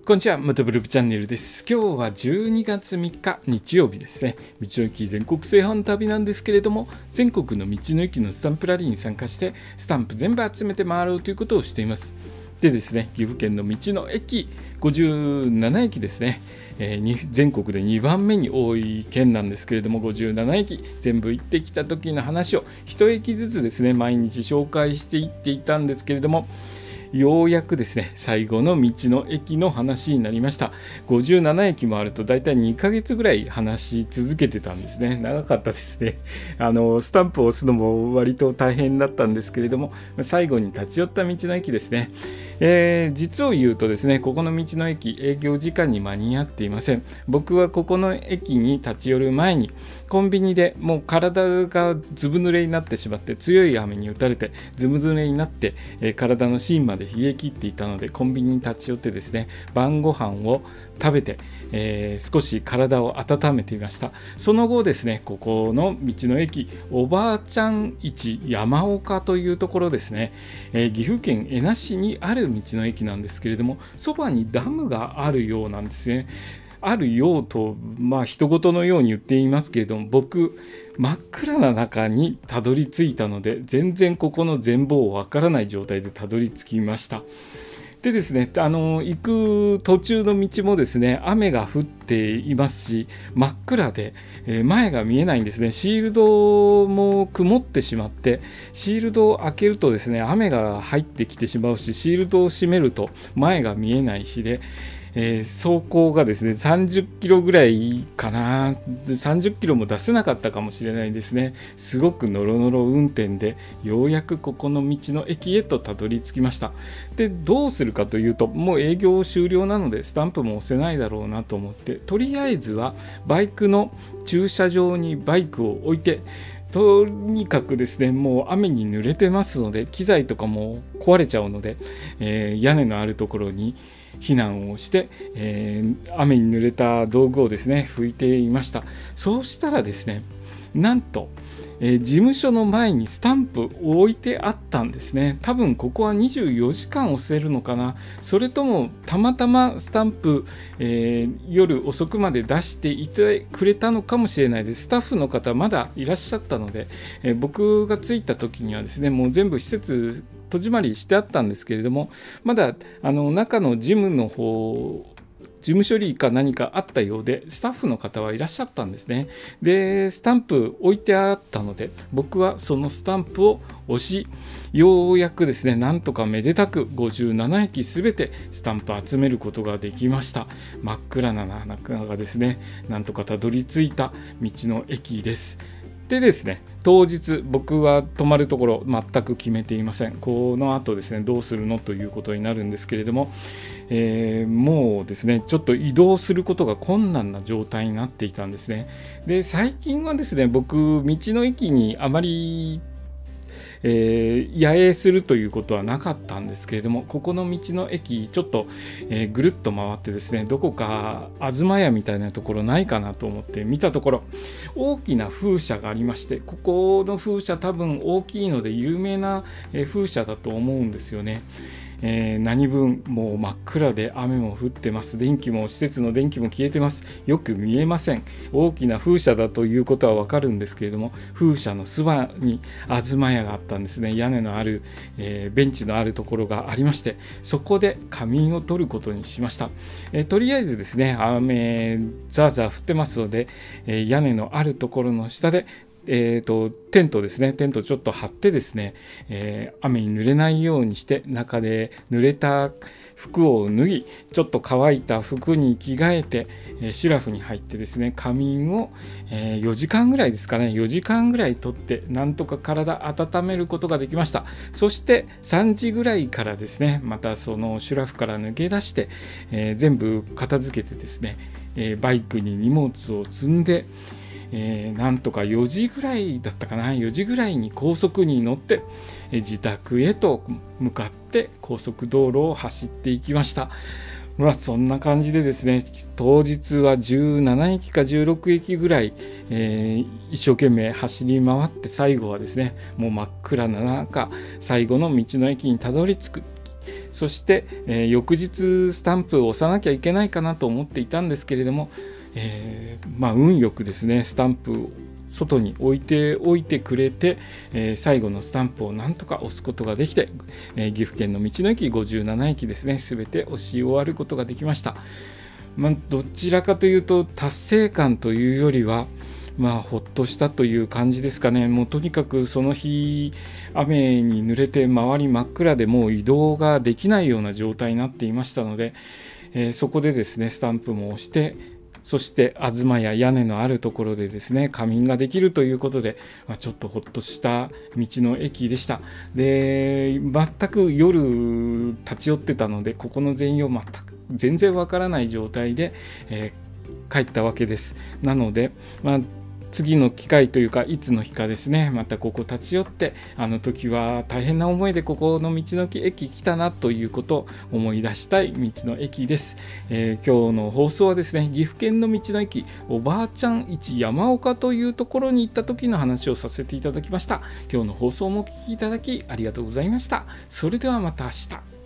こんにちは、またブログチャンネルです。今日は12月3日日曜日ですね。道の駅全国制覇の旅なんですけれども、全国の道の駅のスタンプラリーに参加してスタンプ全部集めて回ろうということをしています。でですね、岐阜県の道の駅57駅ですね、全国で2番目に多い県なんですけれども、57駅全部行ってきた時の話を1駅ずつですね、毎日紹介していっていたんですけれども、ようやくですね、最後の道の駅の話になりました。57駅もあるとだいたい2ヶ月ぐらい話し続けてたんですね。長かったですね。スタンプを押すのも割と大変だったんですけれども、最後に立ち寄った道の駅ですね。実を言うとですね、ここの道の駅営業時間に間に合っていません。僕はここの駅に立ち寄る前にコンビニでもう体がずぶ濡れになってしまって、強い雨に打たれてずぶ濡れになって、体の芯まで冷え切っていたので、コンビニに立ち寄ってですね、晩ご飯を食べて、少し体を温めていました。その後ですね、ここの道の駅おばあちゃん市山岡というところですね、岐阜県恵那市にある道の駅なんですけれども、そばにダムがあるようなんですね。あるようと人事のように言っていますけれども、僕真っ暗な中にたどり着いたので、全然ここの全貌わからない状態でたどり着きました。でですね、行く途中の道もですね、雨が降っていますし、真っ暗で、前が見えないんですね。シールドも曇ってしまって、シールドを開けるとですね、雨が入ってきてしまうし、シールドを閉めると前が見えないしで、走行がですね30キロぐらいかな、30キロも出せなかったかもしれないですね。すごくノロノロ運転で、ようやくここの道の駅へとたどり着きました。で、どうするかというと、もう営業終了なのでスタンプも押せないだろうなと思って、とりあえずはバイクの駐車場にバイクを置いて、とにかくですね、もう雨に濡れてますので、機材とかも壊れちゃうので、屋根のあるところに避難をして、雨に濡れた道具をですね拭いていました。そうしたらですね、なんと、事務所の前にスタンプを置いてあったんですね。多分ここは24時間押せるのかな、それともたまたまスタンプ、夜遅くまで出していてくれたのかもしれないです。スタッフの方まだいらっしゃったので、僕が着いた時にはですね、もう全部施設戸締まりしてあったんですけれども、まだ中の事務の方、事務処理か何かあったようで、スタッフの方はいらっしゃったんですね。で、スタンプ置いてあったので、僕はそのスタンプを押し、ようやくですね、なんとかめでたく57駅すべてスタンプ集めることができました。真っ暗な中がですね、なんとかたどり着いた道の駅です。でですね、当日僕は泊まるところ全く決めていません。この後ですね、どうするのということになるんですけれども、もうですね、ちょっと移動することが困難な状態になっていたんですね。で、最近はですね、僕道の駅にあまり野営するということはなかったんですけれども、ここの道の駅ちょっと、ぐるっと回ってですね、どこか東屋みたいなところないかなと思って見たところ、大きな風車がありまして、ここの風車多分大きいので有名な風車だと思うんですよね。何分もう真っ暗で雨も降ってます。施設の電気も消えてます。よく見えません。大きな風車だということはわかるんですけれども、風車のそばに東屋があったんですね。屋根のある、ベンチのあるところがありまして、そこで仮眠を取ることにしました。とりあえずですね、雨ザーザー降ってますので、屋根のあるところの下でテントですね、テントちょっと張ってですね、雨に濡れないようにして、中で濡れた服を脱ぎ、ちょっと乾いた服に着替えて、シュラフに入ってですね、仮眠を、4時間ぐらいですかね、4時間ぐらいとって、なんとか体温めることができました。そして3時ぐらいからですね、またそのシュラフから抜け出して、全部片付けてですね、バイクに荷物を積んで、なんとか4時ぐらいだったかな、4時ぐらいに高速に乗って、自宅へと向かって高速道路を走っていきました。そんな感じでですね、当日は17駅か16駅ぐらい、一生懸命走り回って、最後はですね、もう真っ暗な中、最後の道の駅にたどり着く。 そして、翌日スタンプを押さなきゃいけないかなと思っていたんですけれども、運よくですねスタンプを外に置いておいてくれて、最後のスタンプをなんとか押すことができて、岐阜県の道の駅57駅ですね全て押し終わることができました。どちらかというと達成感というよりはほっとしたという感じですかね。もうとにかくその日雨に濡れて周り真っ暗でもう移動ができないような状態になっていましたので、そこでですねスタンプも押して、そして東や屋根のあるところでですね仮眠ができるということで、ちょっとほっとした道の駅でした。で全く夜立ち寄ってたのでここの全容全然わからない状態で、帰ったわけです。なので、次の機会というかいつの日かですねまたここ立ち寄って、あの時は大変な思いでここの道の駅来たなということを思い出したい道の駅です。今日の放送はですね岐阜県の道の駅おばあちゃん市山岡というところに行った時の話をさせていただきました。今日の放送もお聞きいただきありがとうございました。それではまた明日。